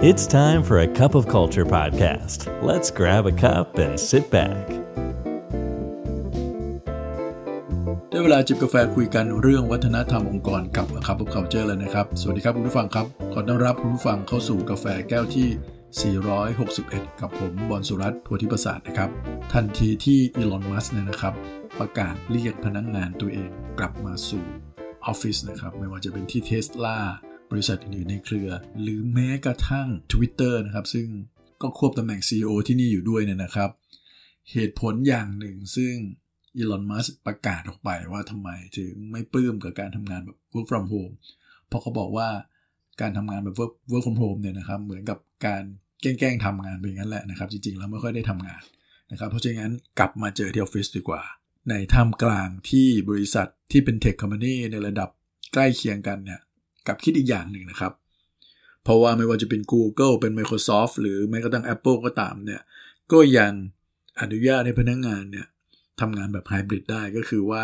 It's time for a cup of culture podcast. Let's grab a cup and sit back. ได้เวลาจิบกาแฟคุยกันเรื่องวัฒนธรรมองค์กรกับ A Cup of Culture แล้วนะครับสวัสดีครับคุณผู้ฟังครับขอต้อนรับคุณผู้ฟังเข้าสู่กาแฟแก้วที่461กับผมบรรสุรัตน์ โพธิประสาทนะครับทันทีที่อีลอน มัสก์เนี่ยนะครับประกาศเรียกพนักงานตัวเองกลับมาสู่ออฟฟิศนะครับไม่ว่าจะเป็นที่ Tesla บริษัทอื่นๆในเครือหรือแม้กระทั่ง Twitter นะครับซึ่งก็ควบตำแหน่ง CEO ที่นี่อยู่ด้วยเนี่ยนะครับเหตุผลอย่างหนึ่งซึ่งอีลอน มัสก์ประกาศออกไปว่าทำไมถึงไม่ปลื้มกับการทำงานแบบ work from home เพราะเขาบอกว่าการทำงานแบบ work from home เนี่ยนะครับเหมือนกับการแกล้งทำงานไปอย่างนั้นแหละนะครับจริงๆแล้วไม่ค่อยได้ทำงานนะครับเพราะฉะนั้นกลับมาเจอที่ออฟฟิศดีกว่าในท่ามกลางที่บริษัทที่เป็น Tech Company ในระดับใกล้เคียงกันเนี่ยกับคิดอีกอย่างหนึ่งนะครับเพราะว่าไม่ว่าจะเป็น Google เป็น Microsoft หรือแม้กระทั่ง Apple ก็ตามเนี่ยก็ยังอนุญาตให้พนักงานเนี่ยทำงานแบบไฮบริดได้ก็คือว่า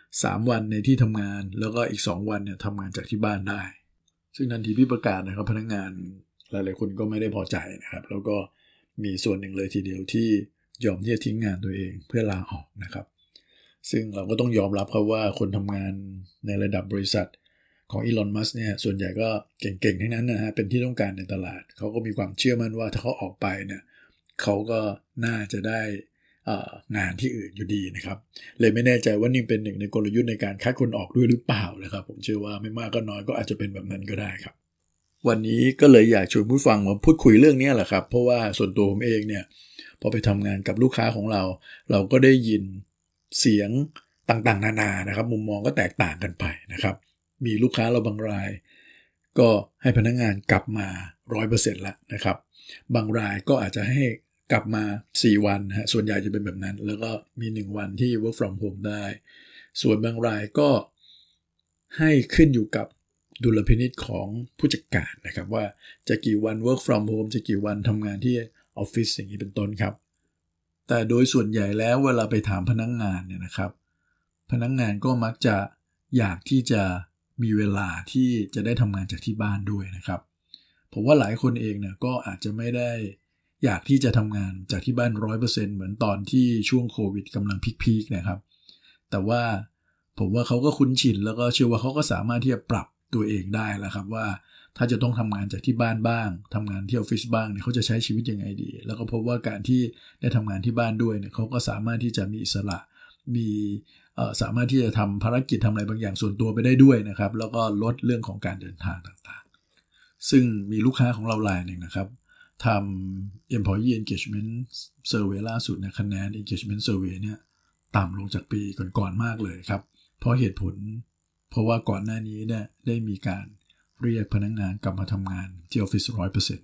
3วันในที่ทำงานแล้วก็อีก2วันเนี่ยทำงานจากที่บ้านได้ซึ่งทันทีที่ประกาศนะครับพนักงานหลายๆคนก็ไม่ได้พอใจนะครับแล้วก็มีส่วนหนึ่งเลยทีเดียวที่ยอมที่จะทิ้งงานตัวเองเพื่อลาออกนะครับซึ่งเราก็ต้องยอมรับครับว่าคนทำงานในระดับบริษัทของอีลอน มัสก์เนี่ยส่วนใหญ่ก็เก่งๆทั้งนั้นนะฮะเป็นที่ต้องการในตลาดเขาก็มีความเชื่อมั่นว่าถ้าเขาออกไปเนี่ยเขาก็น่าจะได้งานที่อื่นอยู่ดีนะครับเลยไม่แน่ใจว่านี่เป็นหนึ่งในกลยุทธ์ในการคัดคนออกด้วยหรือเปล่านะครับผมเชื่อว่าไม่มากก็น้อยก็อาจจะเป็นแบบนั้นก็ได้ครับวันนี้ก็เลยอยากชวนผู้ฟังมาพูดคุยเรื่องนี้แหละครับเพราะว่าส่วนตัวผมเองเนี่ยพอไปทำงานกับลูกค้าของเราก็ได้ยินเสียงต่างๆนานานะครับมุมมองก็แตกต่างกันไปนะครับมีลูกค้าเราบางรายก็ให้พนักงานกลับมา 100% แล้วนะครับบางรายก็อาจจะให้กลับมา4วันฮะส่วนใหญ่จะเป็นแบบนั้นแล้วก็มี1วันที่ work from home ได้ส่วนบางรายก็ให้ขึ้นอยู่กับดุลพินิจของผู้จัดการนะครับว่าจะกี่วัน work from home จะกี่วันทำงานที่ออฟฟิศอย่างนี้เป็นต้นครับแต่โดยส่วนใหญ่แล้วเวลาไปถามพนักงานเนี่ยนะครับพนักงานก็มักจะอยากที่จะมีเวลาที่จะได้ทำงานจากที่บ้านด้วยนะครับผมว่าหลายคนเองเนี่ยก็อาจจะไม่ได้อยากที่จะทำงานจากที่บ้าน 100% เหมือนตอนที่ช่วงโควิดกำลังพีคๆนะครับแต่ว่าผมว่าเขาก็คุ้นชินแล้วก็เชื่อว่าเขาก็สามารถที่จะปรับตัวเองได้แล้วครับว่าถ้าจะต้องทำงานจากที่บ้านบ้างทำงานที่ออฟฟิศบ้างเนี่ยเขาจะใช้ชีวิตยังไงดีแล้วก็พบว่าการที่ได้ทำงานที่บ้านด้วยเนี่ยเขาก็สามารถที่จะมีอิสระมีสามารถที่จะทำภารกิจทำอะไรบางอย่างส่วนตัวไปได้ด้วยนะครับแล้วก็ลดเรื่องของการเดินทางต่างๆซึ่งมีลูกค้าของเรารายหนึ่งนะครับทำ Employee Engagement Survey ล่าสุดเนี่ยคะแนน Engagement Survey เนี่ยต่ำลงจากปีก่อนๆมากเลยครับเพราะเหตุผลเพราะว่าก่อนหน้านี้เนี่ยได้มีการเรียกพนักงานกลับมาทำงานที่ออฟฟิศ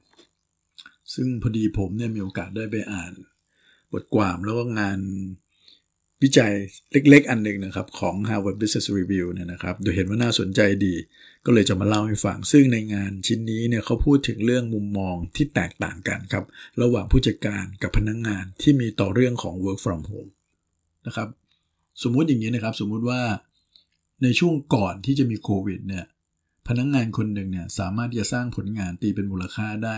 100% ซึ่งพอดีผมเนี่ยมีโอกาสได้ไปอ่านบทความแล้วก็งานวิจัยเล็กๆอันหนึ่งนะครับของ Harvard Business Review เนี่ยนะครับโดยเห็นว่าน่าสนใจดีก็เลยจะมาเล่าให้ฟังซึ่งในงานชิ้นนี้เนี่ยเขาพูดถึงเรื่องมุมมองที่แตกต่างกันครับระหว่างผู้จัดการกับพนักงานที่มีต่อเรื่องของ work from home นะครับสมมุติอย่างนี้นะครับสมมุติว่าในช่วงก่อนที่จะมีโควิดเนี่ยพนักงานคนหนึ่งเนี่ยสามารถที่จะสร้างผลงานตีเป็นมูลค่าได้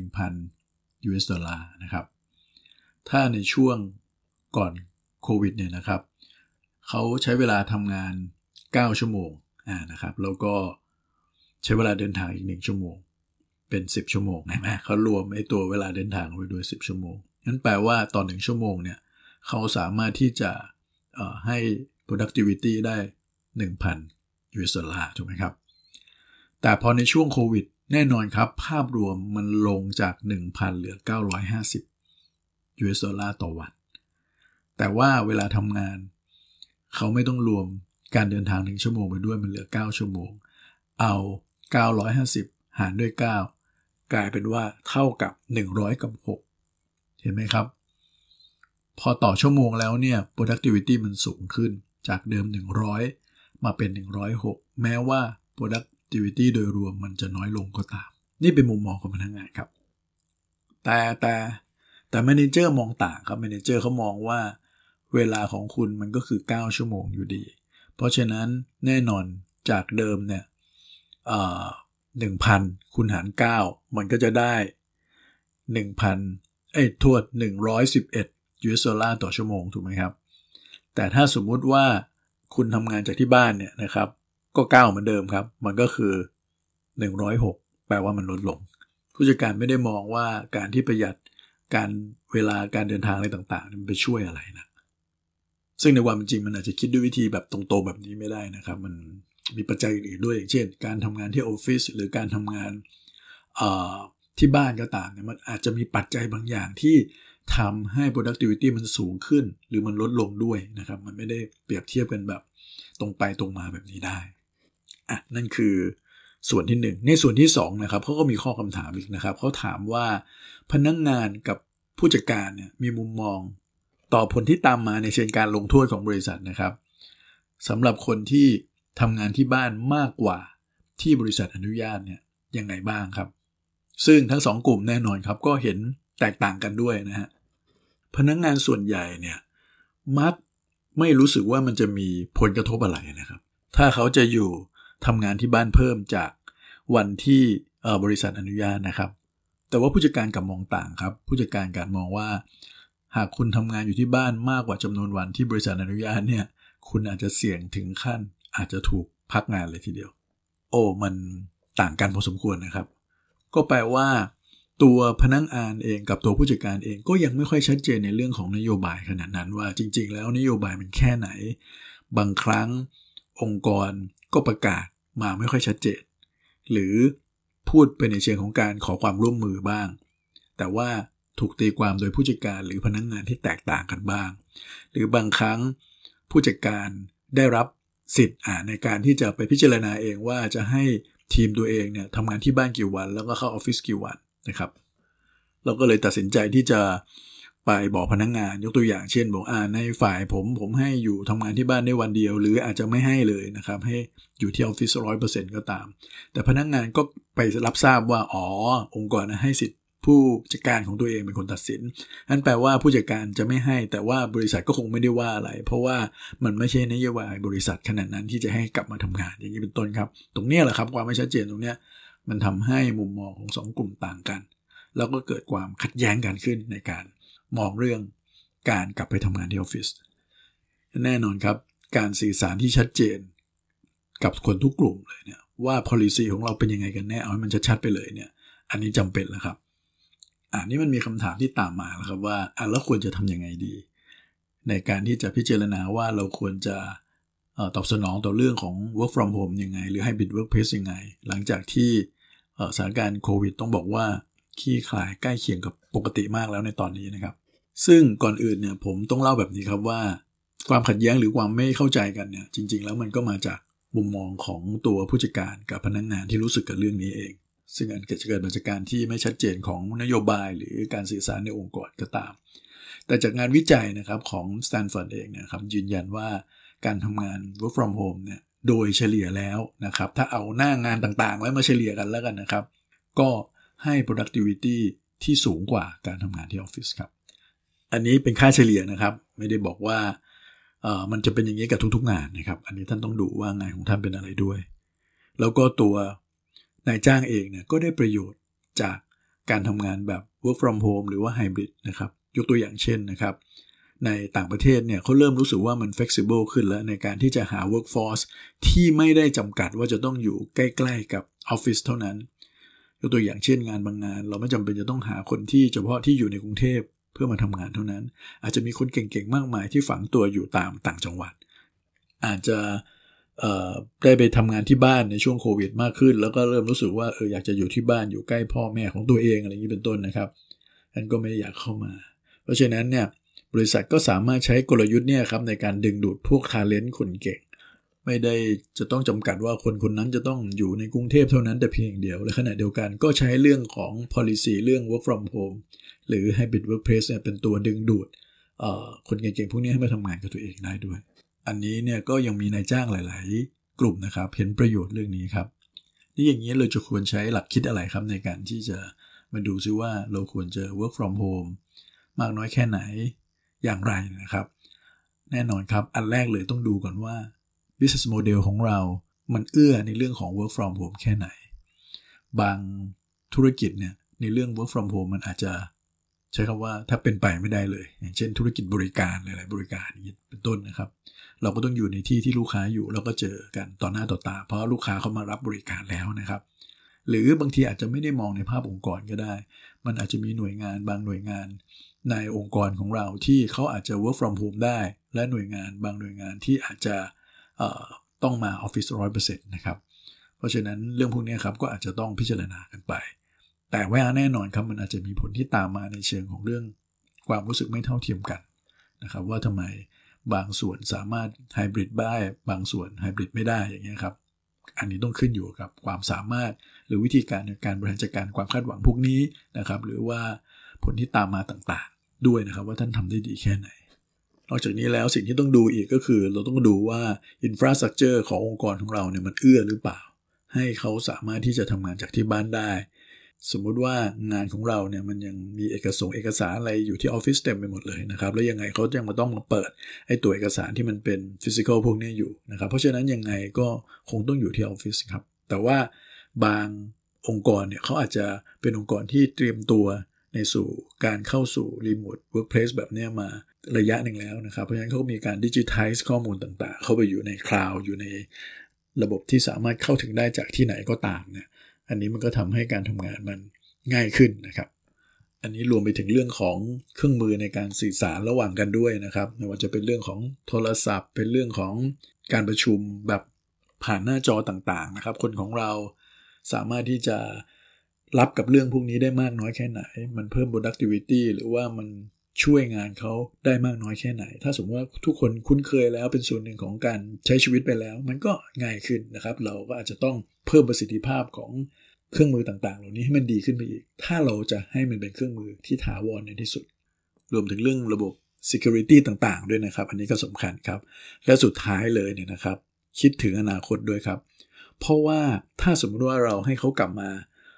$1,000 นะครับถ้าในช่วงก่อนโควิดเนี่ยนะครับเขาใช้เวลาทำงาน9ชั่วโมงนะครับแล้วก็ใช้เวลาเดินทางอีก1ชั่วโมงเป็น10ชั่วโมงนะเขารวมไอ้ตัวเวลาเดินทางไว้ด้วย10ชั่วโมงงั้นแปลว่าต่อ1ชั่วโมงเนี่ยเขาสามารถที่จะให้ productivity ได้ $1,000 ถูกไหมครับแต่พอในช่วงโควิดแน่นอนครับภาพรวมมันลงจาก 1,000 เหลือ$950 ต่อวันแต่ว่าเวลาทำงานเขาไม่ต้องรวมการเดินทาง1ชั่วโมงไปด้วยมันเหลือ9ชั่วโมงเอา950หารด้วย9กลายเป็นว่าเท่ากับ100กับ6เห็นไหมครับพอต่อชั่วโมงแล้วเนี่ย productivity มันสูงขึ้นจากเดิม100มาเป็น106แม้ว่า productivity โดยรวมมันจะน้อยลงก็ตามนี่เป็นมุมมองของพนักงานครับแต่แมเนเจอร์มองต่างครับแมเนเจอร์เขามองว่าเวลาของคุณมันก็คือ9ชั่วโมงอยู่ดีเพราะฉะนั้นแน่นอนจากเดิมเนี่ย1,000 คูณหาร9มันก็จะได้ 111 US ดอลลาร์ต่อชั่วโมงถูกไหมครับแต่ถ้าสมมุติว่าคุณทำงานจากที่บ้านเนี่ยนะครับก็9เหมือนเดิมครับมันก็คือ106แปลว่ามันลดลงผู้จัดการไม่ได้มองว่าการที่ประหยัดการเวลาการเดินทางอะไรต่างๆมันไปช่วยอะไรนะซึ่งในความจริงมันอาจจะคิดด้วยวิธีแบบตรงๆแบบนี้ไม่ได้นะครับมันมีปัจจัยอื่นด้วยอย่างเช่นการทำงานที่ออฟฟิศหรือการทำงานที่บ้านก็ตามเนี่ยมันอาจจะมีปัจจัยบางอย่างที่ทำให้ productivity มันสูงขึ้นหรือมันลดลงด้วยนะครับมันไม่ได้เปรียบเทียบกันแบบตรงไปตรงมาแบบนี้ได้นั่นคือส่วนที่1ในส่วนที่2นะครับเขาก็มีข้อคำถามอีกนะครับเขาถามว่าพนักงานกับผู้จัดการเนี่ยมีมุมมองต่อผลที่ตามมาในเชิงการลงโทษของบริษัทนะครับสำหรับคนที่ทำงานที่บ้านมากกว่าที่บริษัทอนุญาตเนี่ยยังไงบ้างครับซึ่งทั้ง2กลุ่มแน่นอนครับก็เห็นแตกต่างกันด้วยนะฮะพนักงานส่วนใหญ่เนี่ยมักไม่รู้สึกว่ามันจะมีผลกระทบอะไรนะครับถ้าเขาจะอยู่ทำงานที่บ้านเพิ่มจากวันที่บริษัทอนุญาตนะครับแต่ว่าผู้จัดการกลับมองต่างครับผู้จัดการกลับมองว่าหากคุณทำงานอยู่ที่บ้านมากกว่าจำนวนวันที่บริษัทอนุญาตเนี่ยคุณอาจจะเสี่ยงถึงขั้นอาจจะถูกพักงานเลยทีเดียวมันต่างกันพอสมควรนะครับก็แปลว่าตัวพนักงานเองกับตัวผู้จัดการเองก็ยังไม่ค่อยชัดเจนในเรื่องของนโยบายขนาดนั้นว่าจริงๆแล้วนโยบายมันแค่ไหนบางครั้งองค์กรก็ประกาศมาไม่ค่อยชัดเจนหรือพูดไปในเชิงของการขอความร่วมมือบ้างแต่ว่าถูกตีความโดยผู้จัดการหรือพนักงานที่แตกต่างกันบ้างหรือบางครั้งผู้จัดการได้รับสิทธิ์ในการที่จะไปพิจารณาเองว่าจะให้ทีมตัวเองเนี่ยทำงานที่บ้านกี่วันแล้วก็เข้าออฟฟิศกี่วันนะครับเราก็เลยตัดสินใจที่จะไปบอกพนักงานยกตัวอย่างเช่นบอกในฝ่ายผมให้อยู่ทำงานที่บ้านได้วันเดียวหรืออาจจะไม่ให้เลยนะครับให้อยู่ที่ออฟฟิศ 100% ก็ตามแต่พนักงานก็ไปรับทราบว่าองค์กรให้สิทธิ์ผู้จัดการของตัวเองเป็นคนตัดสินนั่นแปลว่าผู้จัดการจะไม่ให้แต่ว่าบริษัทก็คงไม่ได้ว่าอะไรเพราะว่ามันไม่ใช่นโยบายบริษัทขนาดนั้นที่จะให้กลับมาทำงานอย่างนี้เป็นต้นครับตรงนี้แหละครับความไม่ชัดเจนตรงนี้มันทำให้มุมมองของ2กลุ่มต่างกันแล้วก็เกิดความขัดแย้งกันขึ้นในการมองเรื่องการกลับไปทำงานที่ออฟฟิศแน่นอนครับการสื่อสารที่ชัดเจนกับคนทุกกลุ่มเลยเนี่ยว่า policy ของเราเป็นยังไงกันแน่เอาให้มันชัดๆไปเลยเนี่ยอันนี้จำเป็นแล้วครับนี่มันมีคำถามที่ตามมาแล้วครับว่าแล้วควรจะทำยังไงดีในการที่จะพิจารณาว่าเราควรจะตอบสนองต่อเรื่องของ work from home ยังไงหรือ hybrid workplace ยังไงหลังจากที่สถานการณ์โควิดต้องบอกว่าขี้คลายใกล้เคียงกับปกติมากแล้วในตอนนี้นะครับซึ่งก่อนอื่นเนี่ยผมต้องเล่าแบบนี้ครับว่าความขัดแย้งหรือความไม่เข้าใจกันเนี่ยจริงๆแล้วมันก็มาจากมุมมองของตัวผู้จัดการกับพนักงานที่รู้สึกกับเรื่องนี้เองซึ่งอาจจะเกิดมาจากการที่ไม่ชัดเจนของนโยบายหรือการสื่อสารในองค์กรก็ตามแต่จากงานวิจัยนะครับของสแตนฟอร์ดเองนะครับยืนยันว่าการทำงาน work from home เนี่ยโดยเฉลี่ยแล้วนะครับถ้าเอาหน้างานต่างๆแล้วมาเฉลี่ยกันแล้วกันนะครับก็ให้ productivity ที่สูงกว่าการทำงานที่ออฟฟิศครับอันนี้เป็นค่าเฉลี่ยนะครับไม่ได้บอกว่ามันจะเป็นอย่างนี้กับทุกๆงานนะครับอันนี้ท่านต้องดูว่างานของท่านเป็นอะไรด้วยแล้วก็ตัวนายจ้างเองเนี่ยก็ได้ประโยชน์จากการทำงานแบบ work from home หรือว่า hybrid นะครับยกตัวอย่างเช่นนะครับในต่างประเทศเนี่ยเขาเริ่มรู้สึกว่ามัน flexible ขึ้นแล้วในการที่จะหา workforce ที่ไม่ได้จำกัดว่าจะต้องอยู่ใกล้ๆกับออฟฟิศเท่านั้นยกตัวอย่างเช่นงานบางงานเราไม่จำเป็นจะต้องหาคนที่เฉพาะที่อยู่ในกรุงเทพเพื่อมาทำงานเท่านั้นอาจจะมีคนเก่งๆมากมายที่ฝังตัวอยู่ตามต่างจังหวัดอาจจะได้ไปทำงานที่บ้านในช่วงโควิดมากขึ้นแล้วก็เริ่มรู้สึกว่าอยากจะอยู่ที่บ้านอยู่ใกล้พ่อแม่ของตัวเองอะไรอย่างนี้เป็นต้นนะครับนั่นก็ไม่อยากเข้ามาเพราะฉะนั้นเนี่ยบริษัทก็สามารถใช้กลยุทธ์เนี่ยครับในการดึงดูดพวก talent คนเก่งไม่ได้จะต้องจำกัดว่าคนนั้นจะต้องอยู่ในกรุงเทพเท่านั้นแต่เพียงเดียวและขณะเดียวกันก็ใช้เรื่องของ policy เรื่อง work from home หรือ hybrid workplace เนี่ยเป็นตัวดึงดูดคนเก่งๆพวกนี้ให้มาทำงานกับตัวเองได้ด้วยอันนี้เนี่ยก็ยังมีนายจ้างหลายๆกลุ่มนะครับเห็นประโยชน์เรื่องนี้ครับนี่อย่างนี้เราจะควรใช้หลักคิดอะไรครับในการที่จะมาดูซิว่าเราควรจะ work from home มากน้อยแค่ไหนอย่างไรนะครับแน่นอนครับอันแรกเลยต้องดูก่อนว่า business model ของเรามันเอื้อในเรื่องของ work from home แค่ไหนบางธุรกิจเนี่ยในเรื่อง work from home มันอาจจะใช้คำว่าถ้าเป็นไปไม่ได้เลยอย่างเช่นธุรกิจบริการหลายๆบริการอย่างนี้เป็นต้นนะครับเราก็ต้องอยู่ในที่ที่ลูกค้าอยู่เราก็เจอกันต่อหน้าต่อตาเพราะลูกค้าเขามารับบริการแล้วนะครับหรือบางทีอาจจะไม่ได้มองในภาพองค์กรก็ได้มันอาจจะมีหน่วยงานบางหน่วยงานในองค์กรของเราที่เขาอาจจะ work from home ได้และหน่วยงานบางหน่วยงานที่อาจจะต้องมาออฟฟิศ 100% นะครับเพราะฉะนั้นเรื่องพวกนี้ครับก็อาจจะต้องพิจารณากันไปแต่ว่าแน่นอนครับมันอาจจะมีผลที่ตามมาในเชิงของเรื่องความรู้สึกไม่เท่าเทียมกันนะครับว่าทำไมบางส่วนสามารถไฮบริดได้บางส่วนไฮบริดไม่ได้อย่างเงี้ยครับอันนี้ต้องขึ้นอยู่กับความสามารถหรือวิธีการในการบริหารจัดการความคาดหวังพวกนี้นะครับหรือว่าผลที่ตามมาต่างๆด้วยนะครับว่าท่านทำได้ดีแค่ไหนนอกจากนี้แล้วสิ่งที่ต้องดูอีกก็คือเราต้องดูว่าอินฟราสตรัคเจอร์ขององค์กรของเราเนี่ยมันเอื้อหรือเปล่าให้เขาสามารถที่จะทำงานจากที่บ้านได้สมมุติว่างานของเราเนี่ยมันยังมีเอกสารอะไรอยู่ที่ออฟฟิศเต็มไปหมดเลยนะครับแล้วยังไงเขายังมาต้องมาเปิดไอ้ตัวเอกสารที่มันเป็นฟิสิกอลพวกนี้อยู่นะครับเพราะฉะนั้นยังไงก็คงต้องอยู่ที่ออฟฟิศครับแต่ว่าบางองค์กรเนี่ยเขาอาจจะเป็นองค์กรที่เตรียมตัวในสู่การเข้าสู่รีโมทเวิร์คเพลสแบบนี้มาระยะหนึ่งแล้วนะครับเพราะฉะนั้นเขามีการดิจิทัลข้อมูลต่างๆเข้าไปอยู่ในคลาวด์อยู่ในระบบที่สามารถเข้าถึงได้จากที่ไหนก็ตามเนี่ยอันนี้มันก็ทำให้การทำงานมันง่ายขึ้นนะครับอันนี้รวมไปถึงเรื่องของเครื่องมือในการสื่อสารระหว่างกันด้วยนะครับไม่ว่าจะเป็นเรื่องของโทรศัพท์เป็นเรื่องของการประชุมแบบผ่านหน้าจอต่างๆนะครับคนของเราสามารถที่จะรับกับเรื่องพวกนี้ได้มากน้อยแค่ไหนมันเพิ่ม productivity หรือว่ามันช่วยงานเขาได้มากน้อยแค่ไหนถ้าสมมติว่าทุกคนคุ้นเคยแล้วเป็นส่วนหนึ่งของการใช้ชีวิตไปแล้วมันก็ง่ายขึ้นนะครับเราก็อาจจะต้องเพิ่มประสิทธิภาพของเครื่องมือต่างๆเหล่านี้ให้มันดีขึ้นไปอีกถ้าเราจะให้มันเป็นเครื่องมือที่ถาวรในที่สุดรวมถึงเรื่องระบบ security ต่างๆด้วยนะครับอันนี้ก็สำคัญครับและสุดท้ายเลยเนี่ยนะครับคิดถึงอนาคตด้วยครับเพราะว่าถ้าสมมติว่าเราให้เขากลับมา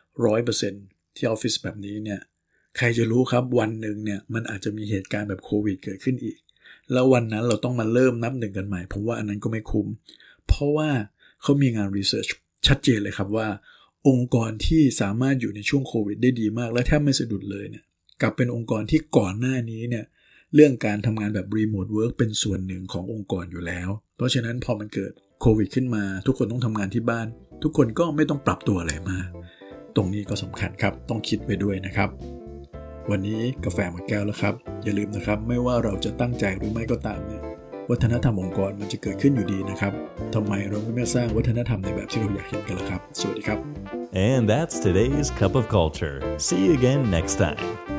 100% ที่ออฟฟิศแบบนี้เนี่ยใครจะรู้ครับวันหนึ่งเนี่ยมันอาจจะมีเหตุการณ์แบบโควิดเกิดขึ้นอีกแล้ววันนั้นเราต้องมาเริ่มนับหนึ่งกันใหม่ผมว่าอันนั้นก็ไม่คุ้มเพราะว่าเขามีงานรีเสิร์ชชัดเจนเลยครับว่าองค์กรที่สามารถอยู่ในช่วงโควิดได้ดีมากและแทบไม่สะดุดเลยเนี่ยกลับเป็นองค์กรที่ก่อนหน้านี้เนี่ยเรื่องการทำงานแบบรีโมทเวิร์คเป็นส่วนหนึ่งขององค์กรอยู่แล้วเพราะฉะนั้นพอมันเกิดโควิดขึ้นมาทุกคนต้องทำงานที่บ้านทุกคนก็ไม่ต้องปรับตัวอะไรมากตรงนี้ก็สำคัญครับต้องคิดไว้ด้วยนะครับวันนี้กาแฟหมดแก้วแล้วครับอย่าลืมนะครับไม่ว่าเราจะตั้งใจหรือไม่ก็ตามเนี่ยวัฒนธรรมองค์กรมันจะเกิดขึ้นอยู่ดีนะครับทำไมเราไม่สร้างวัฒนธรรมในแบบที่เราอยากเห็นกันล่ะครับสวัสดีครับ And that's today's Cup of Culture. See you again next time.